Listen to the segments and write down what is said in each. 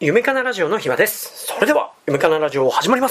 夢かなラジオの暇です。それでは夢かなラジオ始まります。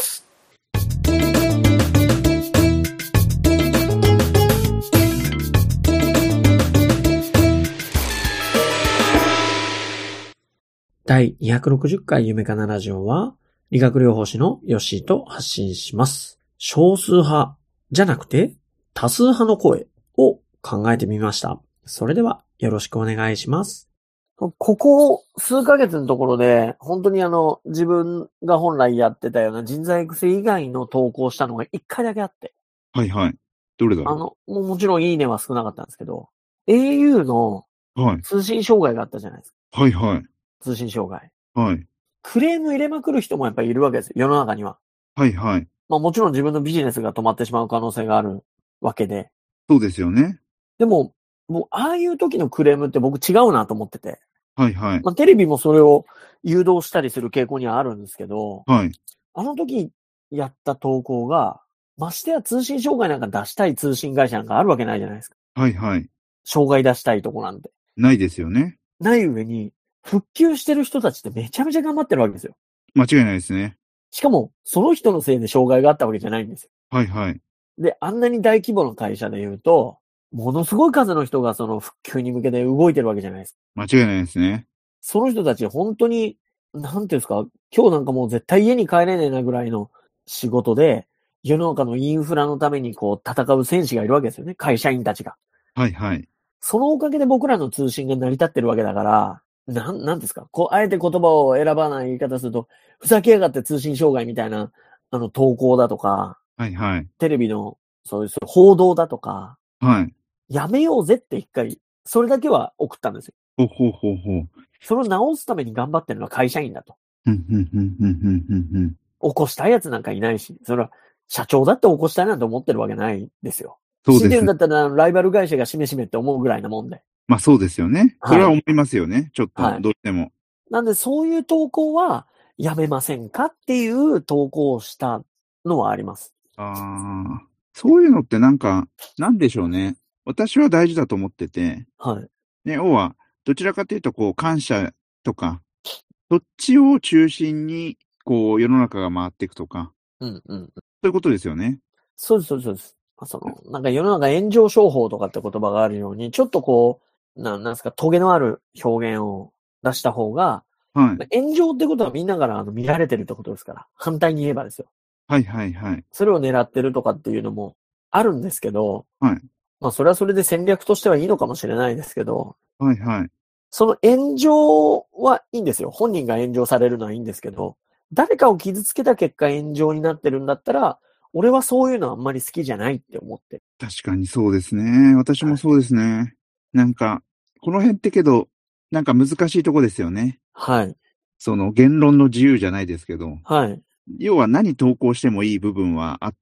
第260回夢かなラジオは理学療法士のヨッシーと発信します。少数派じゃなくて多数派の声を考えてみました。それではよろしくお願いします。ここ数ヶ月のところで、本当に自分が本来やってたような人材育成以外の投稿したのが1回だけあって。 はいはい。どれだろもちろんいいねは少なかったんですけど、au の通信障害があったじゃないですか。 はいはい。 通信障害。 はい。 クレーム入れまくる人もやっぱりいるわけですよ、世の中には。 はいはい。 もちろん自分のビジネスが止まってしまう可能性があるわけで。 そうですよね。 でも、ああいう時のクレームって僕違うなと思ってて。 はいはい。 テレビもそれを誘導したりする傾向にはあるんですけど、 はい。 あの時やった投稿が、ましてや通信障害なんか出したい通信会社なんかあるわけないじゃないですか。 はいはい。 障害出したいとこなんて。 ないですよね。 ない上に、復旧してる人たちってめちゃめちゃ頑張ってるわけですよ。 間違いないですね。 しかも、その人のせいで障害があったわけじゃないんですよ。 はいはい。 で、あんなに大規模な会社で言うと、ものすごい数の人がその復旧に向けて動いてるわけじゃないですか。 間違いないですね。 その人たち本当に、なんていうんですか、今日なんかもう絶対家に帰れねえなぐらいの仕事で、世の中のインフラのために戦う戦士がいるわけですよね。会社員たちが。 はいはい。 そのおかげで僕らの通信が成り立ってるわけだから、なんですか、あえて言葉を選ばない言い方すると、ふざけやがって通信障害みたいな、投稿だとか、 はいはい。 テレビの、そういう報道だとか、 はい。 やめようぜって一回、それだけは送ったんですよ。 ほうほうほうほう。 それを直すために頑張ってるのは会社員だと。 ふんふんふんふんふんふんふん。 起こしたいやつなんかいないし、それは社長だって起こしたいなんて思ってるわけないですよ。 そうです。 強いて言うんだったらライバル会社がしめしめって思うぐらいなもんで。 まあそうですよね。それは思いますよね。ちょっと、 はい。 どうしても。 なんでそういう投稿はやめませんかっていう投稿をしたのはあります。 ああ。そういうのってなんでしょうね。私は大事だと思ってて。 はい。 ね、要は、どちらかというと、感謝とか、そっちを中心に、世の中が回っていくとか。 うんうん。 そういうことですよね。 そうです、そうです、そうです。なんか世の中炎上商法とかって言葉があるように、ちょっとなんですか、トゲのある表現を出した方が、 はい。 炎上ってことはみんなから見られてるってことですから。反対に言えばですよ。 はいはいはい。 それを狙ってるとかっていうのもあるんですけど、 はい。 それはそれで戦略としてはいいのかもしれないですけど、 はいはい。 その炎上はいいんですよ。本人が炎上されるのはいいんですけど、誰かを傷つけた結果炎上になってるんだったら、俺はそういうのあんまり好きじゃないって思ってる。 確かにそうですね。私もそうですね。この辺ってけど、難しいとこですよね。 はい。 その言論の自由じゃないですけど、 はい。 要は何投稿してもいい部分はあって、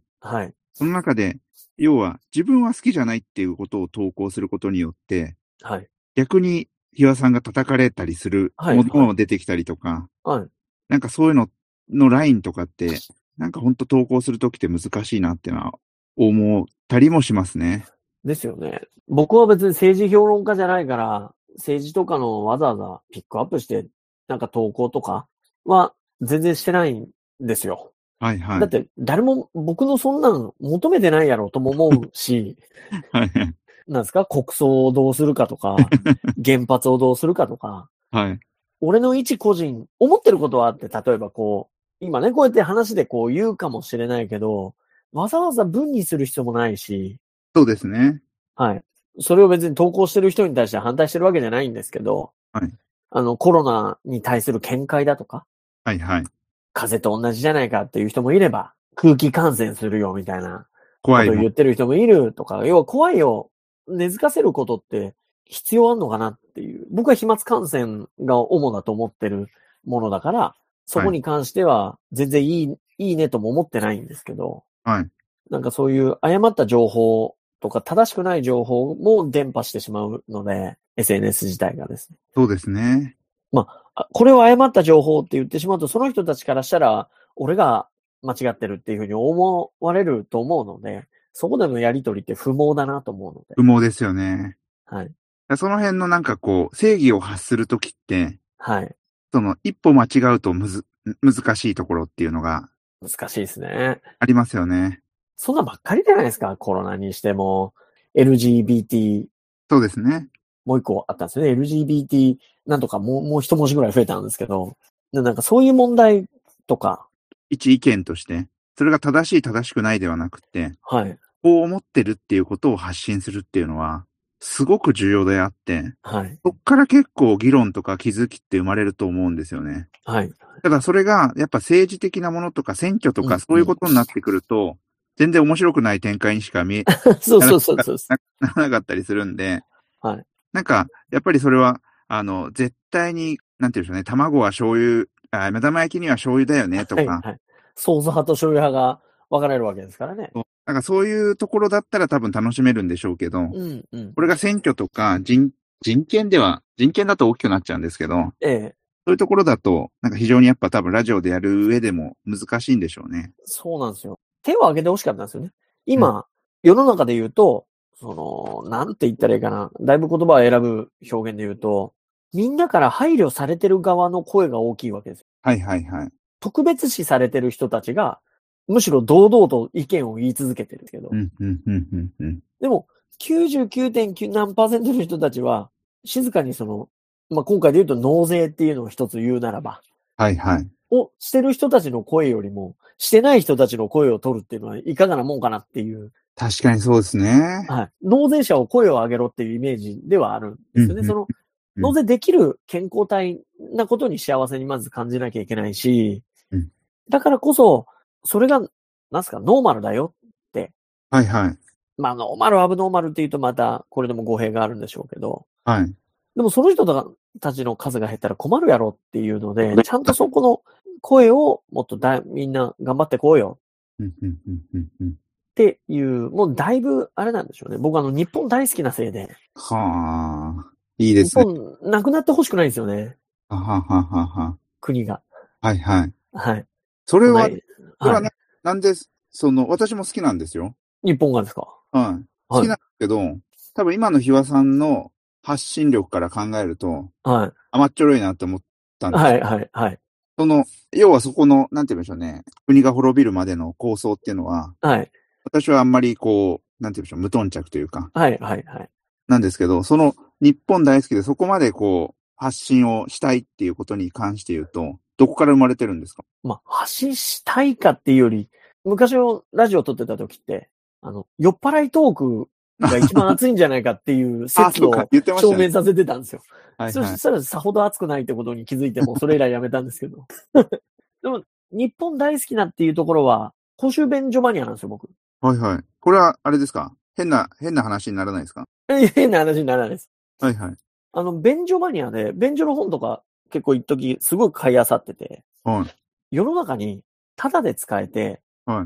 はい。 その中で、要は自分は好きじゃないっていうことを投稿することによって、 はい。 逆にひわさんが叩かれたりするはい。 ものも出てきたりとか、 はい。 そういうののラインとかって、ほんと投稿するときって難しいなってのは思ったりもしますね。 ですよね。僕は別に政治評論家じゃないから、政治とかのわざわざピックアップして、投稿とかは全然してないんですよ。 はいはい。 だって誰も僕のそんなん求めてないやろうとも思うし、 はい。 なんですか、国葬をどうするかとか、原発をどうするかとか、 はい。 俺の一個人、思ってることはあって、例えば今ね、こうやって話で言うかもしれないけど、わざわざ文にする必要もないし、 そうですね。 はい。それを別に投稿してる人に対して反対してるわけじゃないんですけど、 はい。 コロナに対する見解だとか、 はいはい。 風邪と同じじゃないかっていう人もいれば、空気感染するよみたいなことを怖いもん。 言ってる人もいるとか、要は怖いを根付かせることって必要あんのかなっていう。僕は飛沫感染が主だと思ってるものだから、そこに関しては全然いいねとも思ってないんですけど、 はい。 そういう誤った情報とか正しくない情報も伝播してしまうので、SNS 自体がですね。 そうですね。 これを誤った情報って言ってしまうと、その人たちからしたら、俺が間違ってるっていうふうに思われると思うので、そこでのやりとりって不毛だなと思うので。 不毛ですよね。 はい。 その辺の正義を発するときって、 はい。 一歩間違うと難しいところっていうのが難しいですね。 ありますよね。 そんなばっかりじゃないですか。コロナにしても、LGBT、 そうですね。 もう一個あったんですよね。LGBT なんとかもう一文字ぐらい増えたんですけど、でなんかそういう問題とか、 一意見として、それが正しい正しくないではなくて、 はい。 こう思ってるっていうことを発信するっていうのは、すごく重要であって、 はい。 そっから結構議論とか気づきって生まれると思うんですよね。 はい。 ただそれが、やっぱ政治的なものとか選挙とかそういうことになってくると、全然面白くない展開にしかそうそうそうそう。 ならなかったりするんで、 はい。 なんか、やっぱりそれは、絶対に、なんていうんでしょうね、卵は醤油、目玉焼きには醤油だよねとはい。 か、 はい。ソース派と醤油派が分かれるわけですからね。 なんかそういうところだったら多分楽しめるんでしょうけど、 うんうん。 これが選挙とか人権だと大きくなっちゃうんですけど、 ええ。 そういうところだと、なんか非常にやっぱ多分ラジオでやる上でも難しいんでしょうね。 そうなんですよ。手を挙げてほしかったんですよね。今、世の中で言うと、なんて言ったらいいかな。だいぶ言葉を選ぶ表現で言うと、みんなから配慮されてる側の声が大きいわけですよ。 はいはいはい。 特別視されてる人たちが、むしろ堂々と意見を言い続けてるんですけど。でも、99.9 何%の人たちは、静かに今回で言うと納税っていうのを一つ言うならば、 はいはい。 をしてる人たちの声よりも、してない人たちの声を取るっていうのはいかがなもんかなっていう。 確かにそうですね。 はい。納税者を声を上げろっていうイメージではあるんですよね。納税できる健康体なことに幸せにまず感じなきゃいけないし、だからこそ、それが、なんすか、ノーマルだよって。 はいはい。 まあ、ノーマル、アブノーマルって言うとまた、これでも語弊があるんでしょうけど。 はい。 でもその人たちの数が減ったら困るやろっていうので、ちゃんとそこの声をもっとみんな頑張ってこうよっていう、もうだいぶあれなんでしょうね。僕日本大好きなせいで。 はあ。いいですね。 日本、なくなってほしくないんですよね。 ははははは。 国が。 はいはい。 はい。 それははい。 なんで、私も好きなんですよ。 日本がですか？ はい。好きなんですけど、多分今のひわさんの発信力から考えると、 はい。 甘っちょろいなって思ったんです。 はい、はい、はい。 要はそこの、なんて言うんでしょうね。国が滅びるまでの構想っていうのは、 はい。 私はあんまりなんて言うんでしょう、無頓着というか。 はい、はい、はい。 なんですけど、日本大好きでそこまで発信をしたいっていうことに関して言うと、どこから生まれてるんですか？ まあ、発信したいかっていうより、昔のラジオを撮ってた時って、酔っ払いトークが一番熱いんじゃないかっていう説を証明させてたんですよ。 はいはい。 そしたらさほど熱くないってことに気づいても、それ以来やめたんですけど。でも、日本大好きなっていうところは、公衆便所マニアなんですよ、僕。 はいはい。これは、あれですか？変な話にならないですか？ 変な話にならないです。 はいはい。 便所マニアで、便所の本とか結構一時すごい買い漁ってて、 はい。 世の中にタダで使えて、 はい。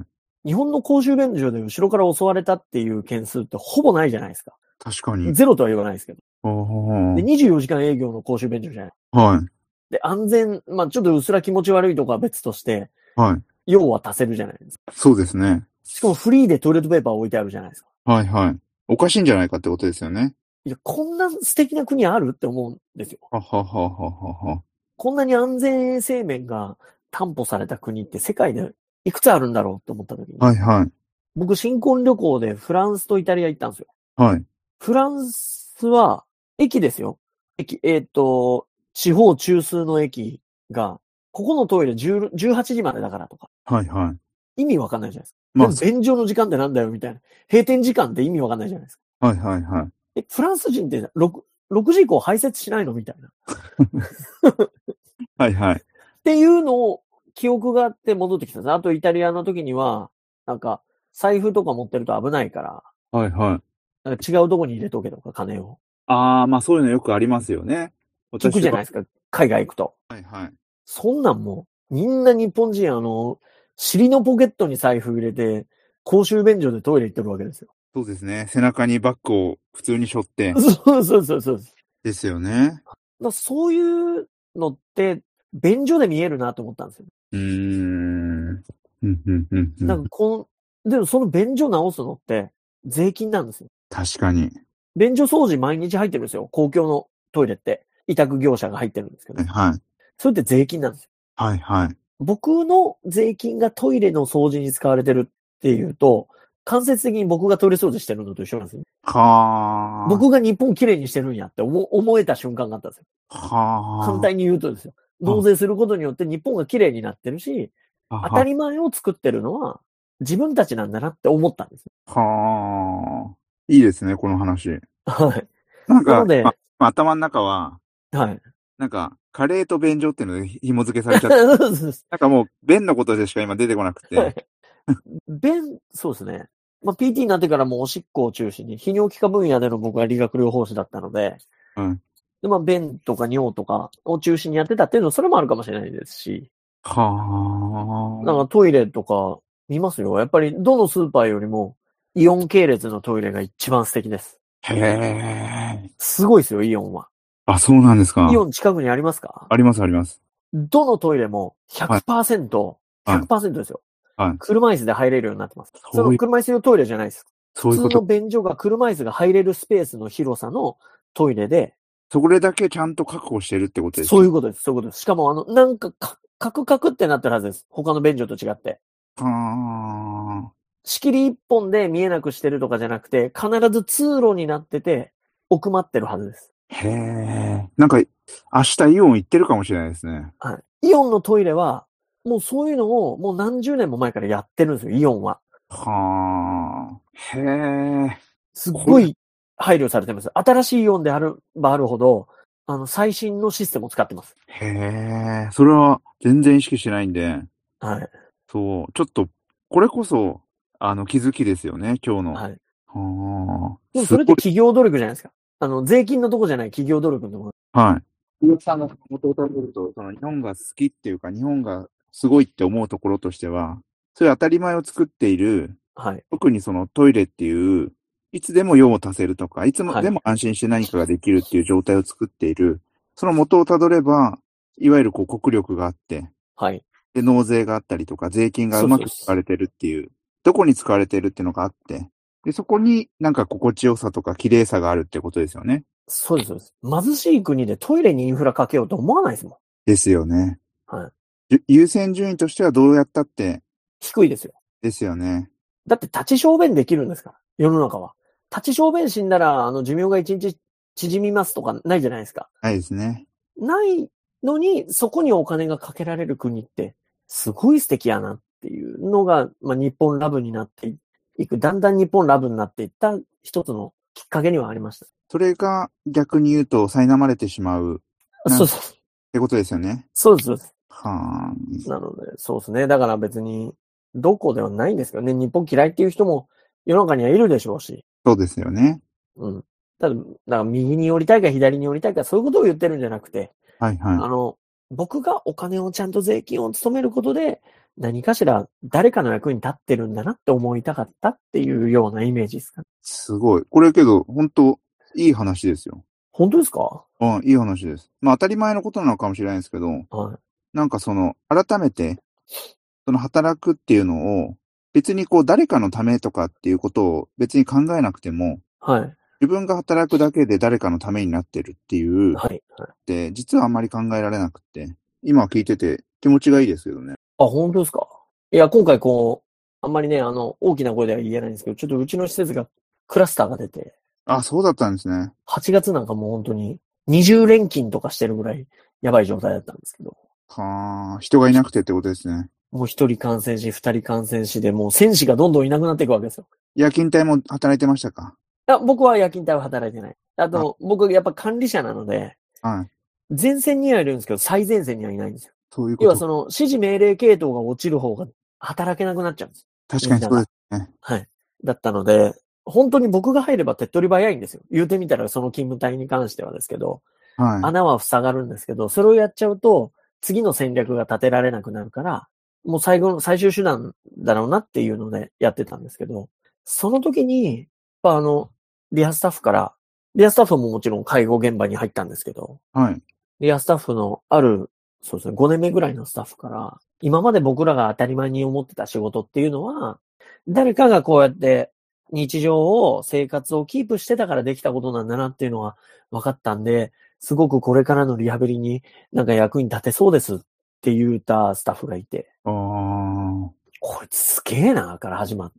日本の公衆便所で後ろから襲われたっていう件数ってほぼないじゃないですか。 確かに。 ゼロとは言わないですけど。で、 で、 24時間営業の公衆便所じゃない。 はい。 で、安全、まあちょっとうっすら気持ち悪いとかは別として、 はい。 用は足せるじゃないですか。 そうですね。 しかもフリーでトイレットペーパー置いてあるじゃないですか。 はいはい。おかしいんじゃないかってことですよね。 いや、こんな素敵な国あるって思うんですよ。 ははははは。 こんなに安全衛生面が担保された国って世界でいくつあるんだろうって思った時に。 はいはい。 僕、新婚旅行でフランスとイタリア行ったんですよ。 はい。 フランスは、駅ですよ。駅、地方中枢の駅が、ここのトイレ18時までだからとか。 はいはい。 意味わかんないじゃないですか。 まあ、 便所の時間ってなんだよみたいな。閉店時間って意味わかんないじゃないですか。 はいはいはい。 フランス人って6時以降排泄しないのみたいな。 はいはい。 っていうのを記憶があって戻ってきたんです。あとイタリアの時には、なんか、財布とか持ってると危ないから、 はいはい。 なんか違うとこに入れとけとか、金を。 ああ、まあそういうのよくありますよね。 聞くじゃないですか、海外行くと。 はいはい。 そんなんもう、みんな日本人尻のポケットに財布入れて、公衆便所でトイレ行ってるわけですよ。 そうですね。背中にバッグを普通に背負って。 そう。 ですよね。 そういうのって、便所で見えるなと思ったんですよ。なんかでもその便所直すのって、税金なんですよ。 確かに。 便所掃除毎日入ってるんですよ。公共のトイレって。委託業者が入ってるんですけど。 はい。 それって税金なんですよ。 はいはい。 僕の税金がトイレの掃除に使われてるっていうと、間接的に僕がトイレ掃除してるのと一緒なんですよ。 は僕が日本きれいにしてるんやって思えた瞬間があったんですよ。 あ。はあ。 反対に言うとですよ。納税することによって日本がきれいになってるし、当たり前を作ってるのは自分たちなんだなって思ったんですよ。 はあ。いいですね、この話。 はい。 なんか、 なので、 頭の中は、 はい。 なんか、カレーと便所っていうので紐付けされちゃって、なんかもう、便のことでしか今出てこなくて。 そうですね。まあ、PT になってからもおしっこを中心に、泌尿器科分野での僕は理学療法士だったので、 うん。 でまあ、便とか尿とかを中心にやってたっていうのは、それもあるかもしれないですし、なんはかトイレとか見ますよ。やっぱりどのスーパーよりも、イオン系列のトイレが一番素敵です。 あ。へえ。 すごいですよ、イオンは。 あ、そうなんですか。 イオン近くにありますか？ ありますあります。 どのトイレもはい。 100%、 はい。 100%ですよ。 はい。 車椅子で入れるようになってます。そそういう、 の車椅子用トイレじゃないです。普通のそういうこと。 便所が車椅子が入れるスペースの広さのトイレで、 それだけちゃんと確保してるってことですか。 そういうことです。そういうことです。しかもなんかカクカクってなってるはずです。他の便所と違って。 は仕切り一本で見えなくしてるとかじゃなくて、必ず通路になってて、奥まってるはずです。 あ。へえ。なんか、明日イオン行ってるかもしれないですね。 はい。イオンのトイレは、もうそういうのをもう何十年も前からやってるんですよ、イオンは。 はあ。へえ。 すっこれ、 ごい配慮されてます。新しいイオンであるほど、最新のシステムを使ってます。 へえ。それは全然意識してないんで、 はい。 そう、ちょっと、これこそ、気づきですよね、今日の。 はい。 はあ。 でもそれってすごい。 企業努力じゃないですか。税金のとこじゃない企業努力のところ。 はい。鈴木さんの元をたどると、その日本が好きっていうか、日本がすごいって思うところとしては、そういう当たり前を作っている、 はい。 特にそのトイレっていう、いつでも用を足せるとか、いつもはい。 でも安心して何かができるっていう状態を作っている、その元をたどれば、いわゆるこう国力があって、 はい。 で、納税があったりとか、税金がうまそうそうです。 く使われてるっていう、どこに使われてるっていうのがあって、で、そこになんか心地よさとか綺麗さがあるってことですよね。 そうです、そうです。貧しい国でトイレにインフラかけようと思わないですもですよね。 ん。はい。 優先順位としてはどうやったって、 低いですよ。 ですよね。 だって立ち小便できるんですから。世の中は。立ち小便死んだら、寿命が1日縮みますとかないじゃないですか。 ないですね。 ないのに、そこにお金がかけられる国って、すごい素敵やなっていうのが、まあ、日本ラブになっていく。だんだん日本ラブになっていった一つのきっかけにはありました。 それが逆に言うと苛まれてしまう、なんてそうそう。 ことですよね。 そうです、そうです。 はあ、 なので、そうですね。だから別に、どこではないんですけどね。日本嫌いっていう人も世の中にはいるでしょうし。 そうですよね。 うん。だから右に寄りたいか左に寄りたいか、そういうことを言ってるんじゃなくて、 はいはい。 僕がお金をちゃんと税金を務めることで、何かしら誰かの役に立ってるんだなって思いたかったっていうようなイメージですかね。 すごい。これけど、本当いい話ですよ。 本当ですか？ うん、いい話です。まあ当たり前のことなのかもしれないですけど、 はい。 なんか改めて、その働くっていうのを、別にこう誰かのためとかっていうことを別に考えなくても、 はい。 自分が働くだけで誰かのためになってるっていう、 はい。はい。 で、実はあんまり考えられなくて、今聞いてて気持ちがいいですけどね。 あ、本当ですか？いや、今回あんまりね、大きな声では言えないんですけど、ちょっとうちの施設がクラスターが出て、 あ、そうだったんですね。 8月なんかもう本当に20連勤とかしてるぐらいやばい状態だったんですけど、 はあ、人がいなくてってことですね。 もう1人感染し、2人感染しで、もう選手がどんどんいなくなっていくわけですよ。 夜勤帯も働いてましたか？ 僕は夜勤帯は働いてない。ああ、 と、僕やっぱ管理者なので、 はい。 前線にはいるんですけど、最前線にはいないんですよ。 そういうこと。 要は指示命令系統が落ちる方が働けなくなっちゃうんです。 確かにそうでみんなが。 すね。 はい。だったので、本当に僕が入れば手っ取り早いんですよ。言うてみたらその勤務帯に関してはですけど、 はい。 穴は塞がるんですけど、それをやっちゃうと、次の戦略が立てられなくなるから、もう最終手段だろうなっていうのでやってたんですけど、その時に、やっぱリハスタッフから、リハスタッフももちろん介護現場に入ったんですけど、 はい。 リハスタッフのそうですね、5年目ぐらいのスタッフから、今まで僕らが当たり前に思ってた仕事っていうのは、誰かがこうやって生活をキープしてたからできたことなんだなっていうのが分かったんで、 すごくこれからのリハビリになんか役に立てそうですって言ったスタッフがいて、 ああ。 こいつすげえなから始まって。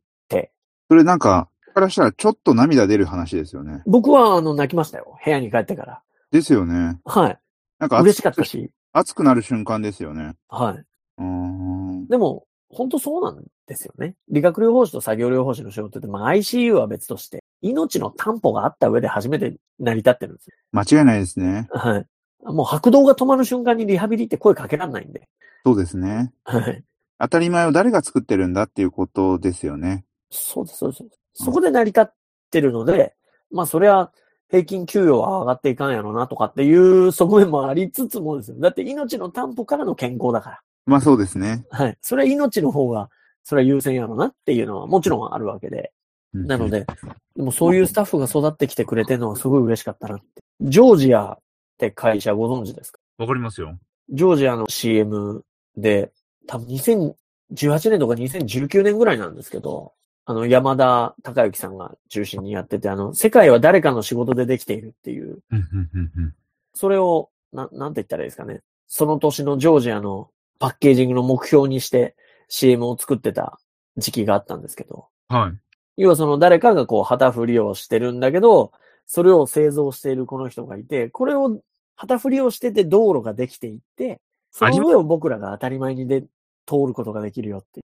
それなんか、からしたらちょっと涙出る話ですよね。 僕は泣きましたよ。部屋に帰ってから。 ですよね。 はい。 なんか嬉しかったし。 熱くなる瞬間ですよね。 はい。 ででも、本当そうなんですよね。理学療法士と作業療法士の仕事って、ICU は別として、命の担保があった上で初めて成り立ってるんですよ。 間違いないですね。 はい。もう拍動が止まる瞬間にリハビリって声かけられないんで。 そうですね。 はい。 当たり前を誰が作ってるんだっていうことですよね。 そうです、そうです。そこで成り立ってるので、それは平均給与は上がっていかんやろなとかっていう側面もありつつもですよ。だって命の担保からの健康だから。 そうですね。 はい。それは命の方が、それは優先やろなっていうのはもちろんあるわけで。なので、でもそういうスタッフが育ってきてくれてるのはすごい嬉しかったなって。ジョージアって会社ご存知ですか？ わかりますよ。 ジョージアの CM で、多分2018年とか2019年ぐらいなんですけど、山田孝之さんが中心にやってて、世界は誰かの仕事でできているっていう、それを、なんて言ったらいいですかね。その年のジョージアのパッケージングの目標にして CM を作ってた時期があったんですけど。 はい。 要はその誰かが旗振りをしてるんだけど、それを製造しているこの人がいて、これを旗振りをしてて道路ができていって、その上を僕らが当たり前に通ることができるよっていう。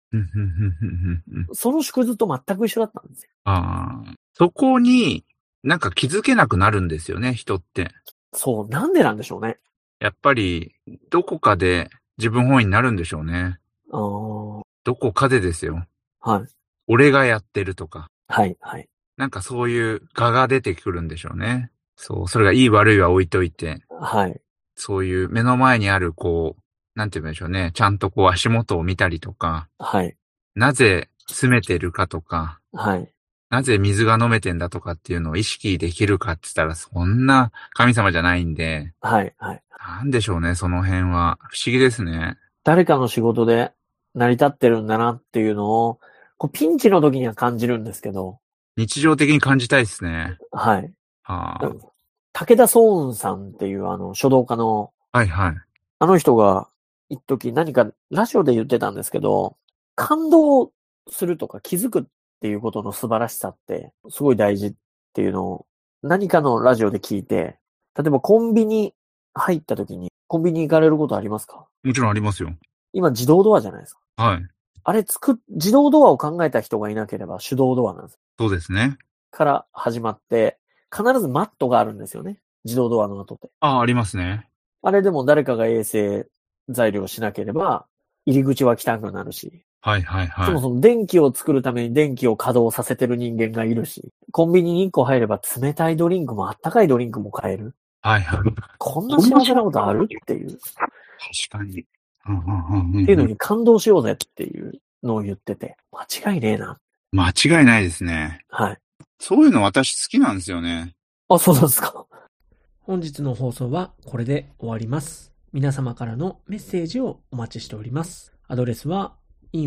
その縮図と全く一緒だったんですよ。 そこになんか気づけなくなるんですよね、人って。 そう、なんでなんでしょうね。 やっぱり、どこかで自分本位になるんでしょうね。 どこかでですよ。 はい。 俺がやってるとか。 はい、はい。 なんかそういう我が出てくるんでしょうね。そう、それがいい悪いは置いといて。 はい。 そういう目の前にあるなんて言うんでしょうね。ちゃんと足元を見たりとか。 はい。 なぜ詰めてるかとか。 はい。 なぜ水が飲めてんだとかっていうのを意識できるかって言ったら、そんな神様じゃないんで。 はい、はい。 なんでしょうね、その辺は。不思議ですね。 誰かの仕事で成り立ってるんだなっていうのを、ピンチの時には感じるんですけど。 日常的に感じたいですね。 はい。 武田壮雲さんっていう書道家の、 はいはい。 あの人が一時何かラジオで言ってたんですけど、感動するとか気づくっていうことの素晴らしさってすごい大事っていうのを何かのラジオで聞いて、例えばコンビニ入った時にコンビニ行かれることありますか？ もちろんありますよ。 今自動ドアじゃないですか。 はい。 あれ自動ドアを考えた人がいなければ手動ドアなんです。 そうですね。 から始まって、必ずマットがあるんですよね。自動ドアの後って。 ありますね。 あれでも誰かが衛生材料をしなければ、入り口は汚くなるし。 はいはいはい。 そもそも電気を作るために電気を稼働させてる人間がいるし、コンビニに1個入れば冷たいドリンクもあったかいドリンクも買える。 はいはい。 こんな幸せなことあるっていう。 確かに。 っていうのに感動しようぜっていうのを言ってて、間違いねえな。 間違いないですね。 はい。 そういうの私好きなんですよね。 あ、そうなんですか。 本日の放送はこれで終わります。皆様からのメッセージをお待ちしております。アドレスは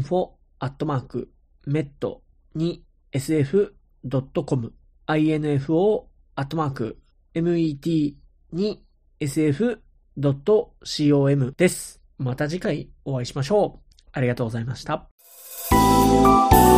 info@met2sf.com info@met2sf.com です。また次回お会いしましょう。ありがとうございました。